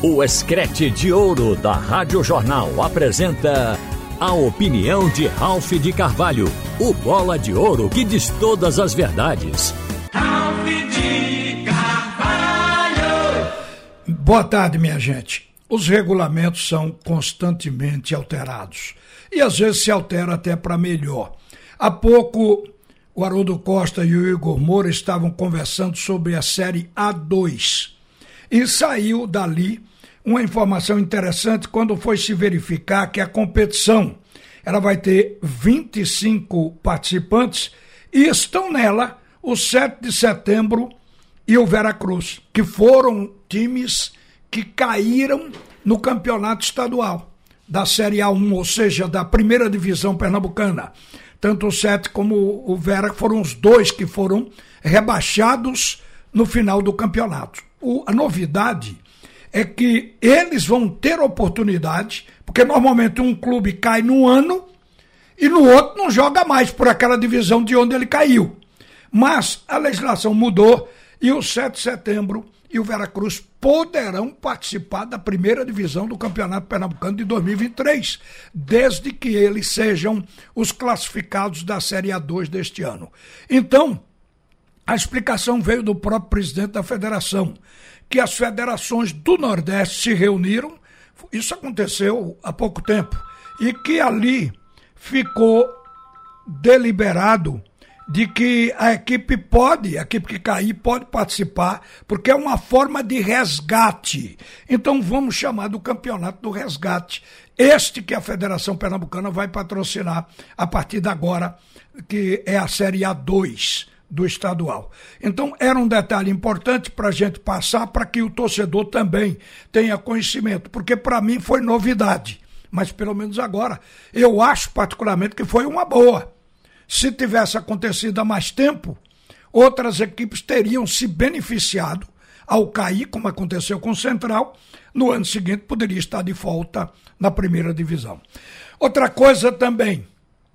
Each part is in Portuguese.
O Escrete de Ouro da Rádio Jornal apresenta a opinião de Ralph de Carvalho, o bola de ouro que diz todas as verdades. Ralph de Carvalho! Boa tarde, minha gente. Os regulamentos são constantemente alterados e às vezes se altera até para melhor. Há pouco, o Haroldo Costa e o Igor Moura estavam conversando sobre a Série A2 e saiu dali uma informação interessante quando foi se verificar que a competição ela vai ter 25 participantes e estão nela o 7 de setembro e o Veracruz, que foram times que caíram no campeonato estadual da Série A1, ou seja, da primeira divisão pernambucana. Tanto o 7 como o Vera foram os dois que foram rebaixados no final do campeonato. A novidade é que eles vão ter oportunidade, porque normalmente um clube cai num ano e no outro não joga mais por aquela divisão de onde ele caiu. Mas a legislação mudou e o 7 de setembro e o Veracruz poderão participar da primeira divisão do Campeonato Pernambucano de 2023, desde que eles sejam os classificados da Série A2 deste ano. Então, a explicação veio do próprio presidente da federação, que as federações do Nordeste se reuniram, isso aconteceu há pouco tempo, e que ali ficou deliberado de que a equipe que cair pode participar, porque é uma forma de resgate. Então vamos chamar do campeonato do resgate. Este que a Federação Pernambucana vai patrocinar a partir de agora, que é a Série A2 do estadual. Então era um detalhe importante para a gente passar, para que o torcedor também tenha conhecimento, porque para mim foi novidade, mas pelo menos agora eu acho particularmente que foi uma boa. Se tivesse acontecido há mais tempo, outras equipes teriam se beneficiado ao cair, como aconteceu com o Central. No ano seguinte poderia estar de volta na primeira divisão. Outra coisa também,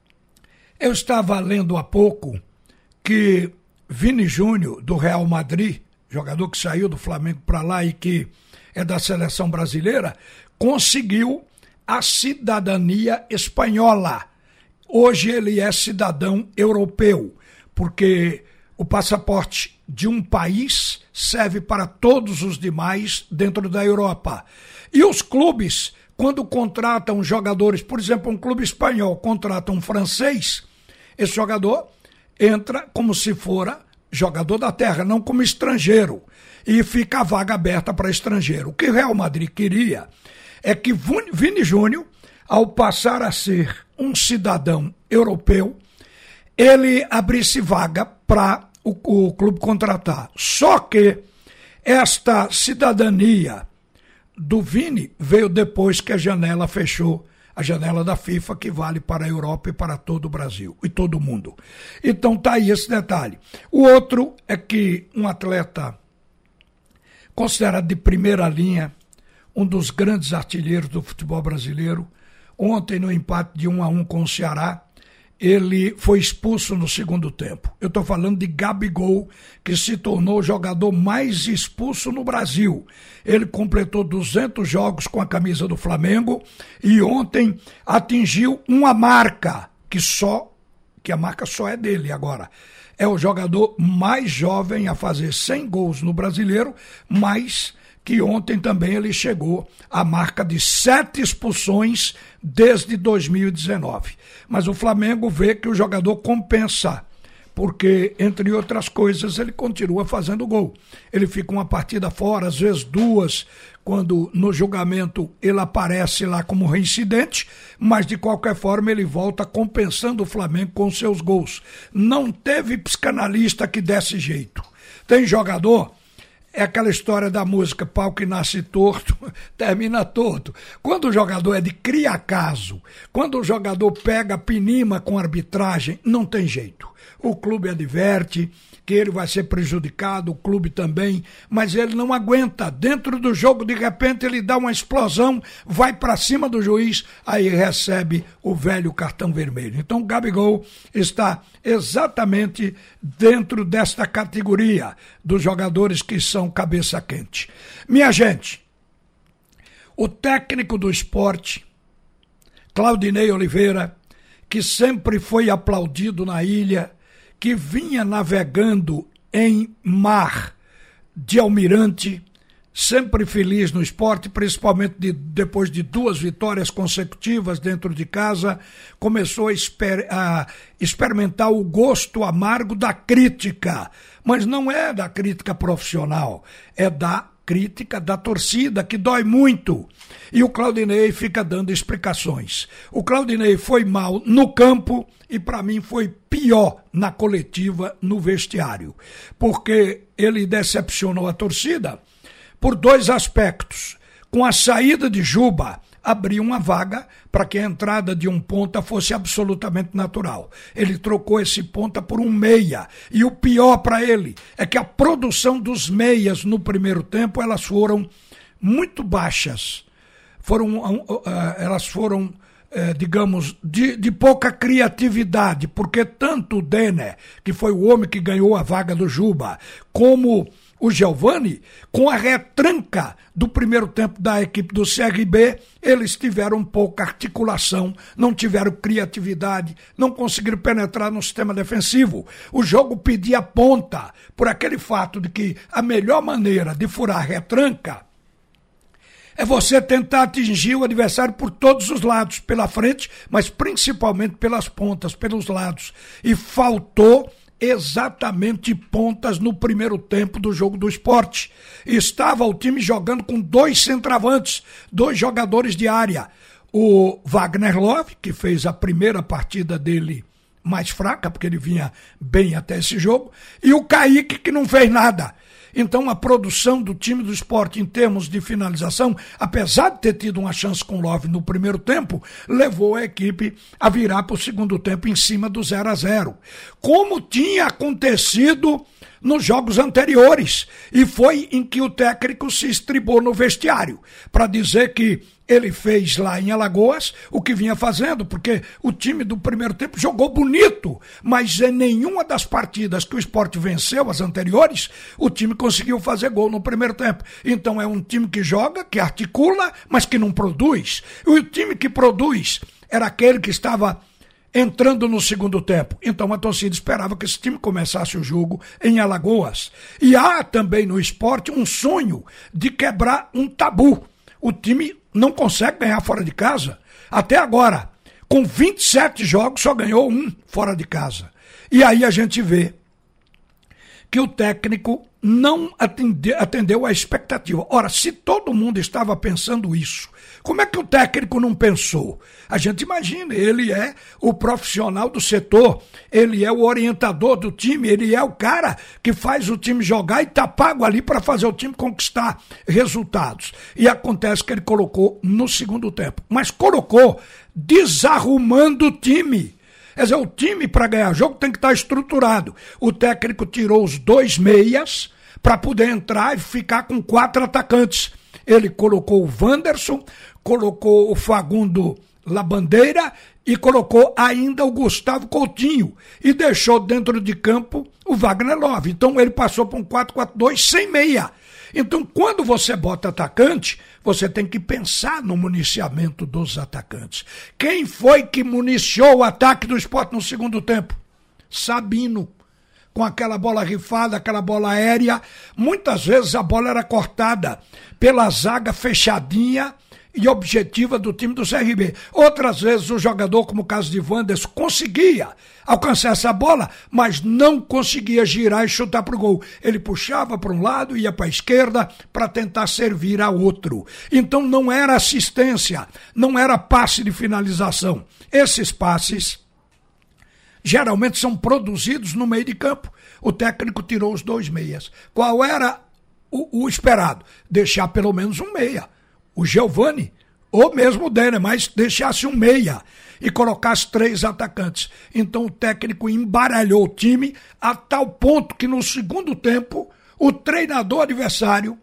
eu estava lendo há pouco que Vini Júnior, do Real Madrid, jogador que saiu do Flamengo para lá e que é da seleção brasileira, conseguiu a cidadania espanhola. Hoje ele é cidadão europeu, porque o passaporte de um país serve para todos os demais dentro da Europa. E os clubes, quando contratam jogadores, por exemplo, um clube espanhol contrata um francês, esse jogador entra como se fora jogador da terra, não como estrangeiro, e fica a vaga aberta para estrangeiro. O que o Real Madrid queria é que Vini Júnior, ao passar a ser um cidadão europeu, ele abrisse vaga para o clube contratar. Só que esta cidadania do Vini veio depois que a janela fechou, a janela da FIFA, que vale para a Europa e para todo o Brasil e todo o mundo. Então tá aí esse detalhe. O outro é que um atleta considerado de primeira linha, um dos grandes artilheiros do futebol brasileiro, ontem no empate de 1-1 com o Ceará, ele foi expulso no segundo tempo. Eu estou falando de Gabigol, que se tornou o jogador mais expulso no Brasil. Ele completou 200 jogos com a camisa do Flamengo e ontem atingiu uma marca, que a marca só é dele agora. É o jogador mais jovem a fazer 100 gols no Brasileiro, mas que ontem também ele chegou à marca de 7 expulsões desde 2019. Mas o Flamengo vê que o jogador compensa, porque, entre outras coisas, ele continua fazendo gol. Ele fica uma partida fora, às vezes duas, quando no julgamento ele aparece lá como reincidente, mas de qualquer forma ele volta compensando o Flamengo com seus gols. Não teve psicanalista que desse jeito. Tem jogador... É aquela história da música, pau que nasce torto, termina torto. Quando o jogador é de cria-caso, quando o jogador pega pinima com arbitragem, não tem jeito. O clube adverte que ele vai ser prejudicado, o clube também, mas ele não aguenta. Dentro do jogo, de repente, ele dá uma explosão, vai para cima do juiz, aí recebe o velho cartão vermelho. Então, o Gabigol está exatamente dentro desta categoria dos jogadores que são cabeça quente. Minha gente, O técnico do Sport, Claudinei Oliveira, que sempre foi aplaudido na ilha, que vinha navegando em mar de almirante, sempre feliz no esporte, principalmente depois de 2 vitórias consecutivas dentro de casa, começou a experimentar o gosto amargo da crítica, mas não é da crítica profissional, é da crítica da torcida, que dói muito. E o Claudinei fica dando explicações. O Claudinei foi mal no campo e, para mim, foi pior na coletiva, no vestiário, porque ele decepcionou a torcida por 2 aspectos. Com a saída de Juba, abriu uma vaga para que a entrada de um ponta fosse absolutamente natural. Ele trocou esse ponta por um meia. E o pior para ele é que a produção dos meias no primeiro tempo, elas foram muito baixas. Elas foram, digamos, de pouca criatividade, porque tanto o Denner, que foi o homem que ganhou a vaga do Juba, como o Giovani, com a retranca do primeiro tempo da equipe do CRB, eles tiveram pouca articulação, não tiveram criatividade, não conseguiram penetrar no sistema defensivo. O jogo pedia ponta, por aquele fato de que a melhor maneira de furar a retranca é você tentar atingir o adversário por todos os lados, pela frente, mas principalmente pelas pontas, pelos lados. E faltou exatamente pontas no primeiro tempo do jogo do Sport. Estava o time jogando com 2 centroavantes, 2 jogadores de área. O Wagner Love, que fez a primeira partida dele mais fraca, porque ele vinha bem até esse jogo, e o Kaique, que não fez nada. Então a produção do time do Sport em termos de finalização, apesar de ter tido uma chance com o Love no primeiro tempo, levou a equipe a virar para o segundo tempo em cima do 0-0. Como tinha acontecido nos jogos anteriores. E foi em que o técnico se estribou no vestiário para dizer que ele fez lá em Alagoas o que vinha fazendo, porque o time do primeiro tempo jogou bonito, mas em nenhuma das partidas que o Sport venceu, as anteriores, o time conseguiu fazer gol no primeiro tempo. Então é um time que joga, que articula, mas que não produz. E o time que produz era aquele que estava entrando no segundo tempo. Então a torcida esperava que esse time começasse o jogo em Alagoas. E há também no Sport um sonho de quebrar um tabu. O time não consegue ganhar fora de casa. Até agora, com 27 jogos, só ganhou 1 fora de casa. E aí a gente vê que o técnico não atendeu à expectativa. Ora, se todo mundo estava pensando isso, como é que o técnico não pensou? A gente imagina, ele é o profissional do setor, ele é o orientador do time, ele é o cara que faz o time jogar e está pago ali para fazer o time conquistar resultados. E acontece que ele colocou no segundo tempo, mas colocou desarrumando o time. Quer dizer, o time para ganhar jogo tem que estar estruturado. O técnico tirou os 2 meias para poder entrar e ficar com 4 atacantes. Ele colocou o Wanderson, colocou o Fagundo Labandeira e colocou ainda o Gustavo Coutinho. E deixou dentro de campo o Wagner Love. Então ele passou para um 4-4-2 sem meia. Então, quando você bota atacante, você tem que pensar no municiamento dos atacantes. Quem foi que municiou o ataque do Sport no segundo tempo? Sabino. Com aquela bola rifada, aquela bola aérea. Muitas vezes a bola era cortada pela zaga fechadinha e objetiva do time do CRB. Outras vezes o jogador, como o caso de Wanderson, conseguia alcançar essa bola, mas não conseguia girar e chutar para o gol. Ele puxava para um lado, ia para a esquerda para tentar servir a outro. Então não era assistência, não era passe de finalização. Esses passes geralmente são produzidos no meio de campo. O técnico tirou os 2 meias. Qual era o esperado? Deixar pelo menos um meia. O Giovani, ou mesmo o Denner, mas deixasse um meia e colocasse 3 atacantes. Então o técnico embaralhou o time a tal ponto que no segundo tempo o treinador adversário,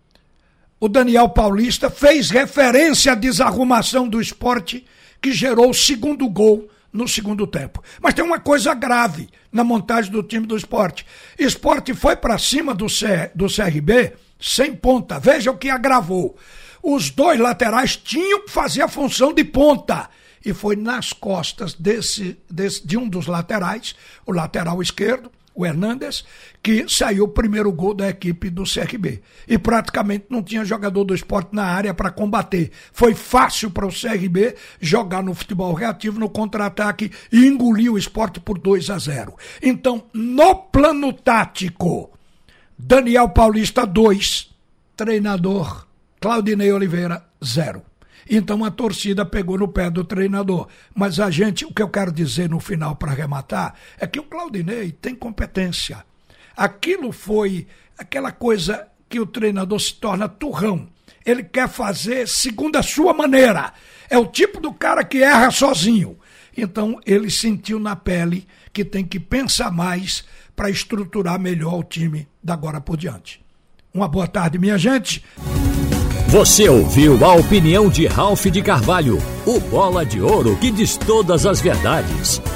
o Daniel Paulista, fez referência à desarrumação do Sport que gerou o segundo gol no segundo tempo. Mas tem uma coisa grave na montagem do time do Sport. O Sport foi para cima do CRB sem ponta. Veja o que agravou. os dois laterais tinham que fazer a função de ponta. E foi nas costas de um dos laterais, o lateral esquerdo, o Hernandes, que saiu o primeiro gol da equipe do CRB. E praticamente não tinha jogador do Sport na área para combater. Foi fácil para o CRB jogar no futebol reativo, no contra-ataque, e engolir o Sport por 2-0. Então, no plano tático, Daniel Paulista 2, treinador Claudinei Oliveira 0. Então a torcida pegou no pé do treinador. Mas o que eu quero dizer no final para arrematar, é que o Claudinei tem competência. Aquilo foi aquela coisa que o treinador se torna turrão. Ele quer fazer segundo a sua maneira. É o tipo do cara que erra sozinho. Então ele sentiu na pele que tem que pensar mais para estruturar melhor o time da agora por diante. Uma boa tarde, minha gente. Você ouviu a opinião de Ralph de Carvalho, o bola de ouro que diz todas as verdades.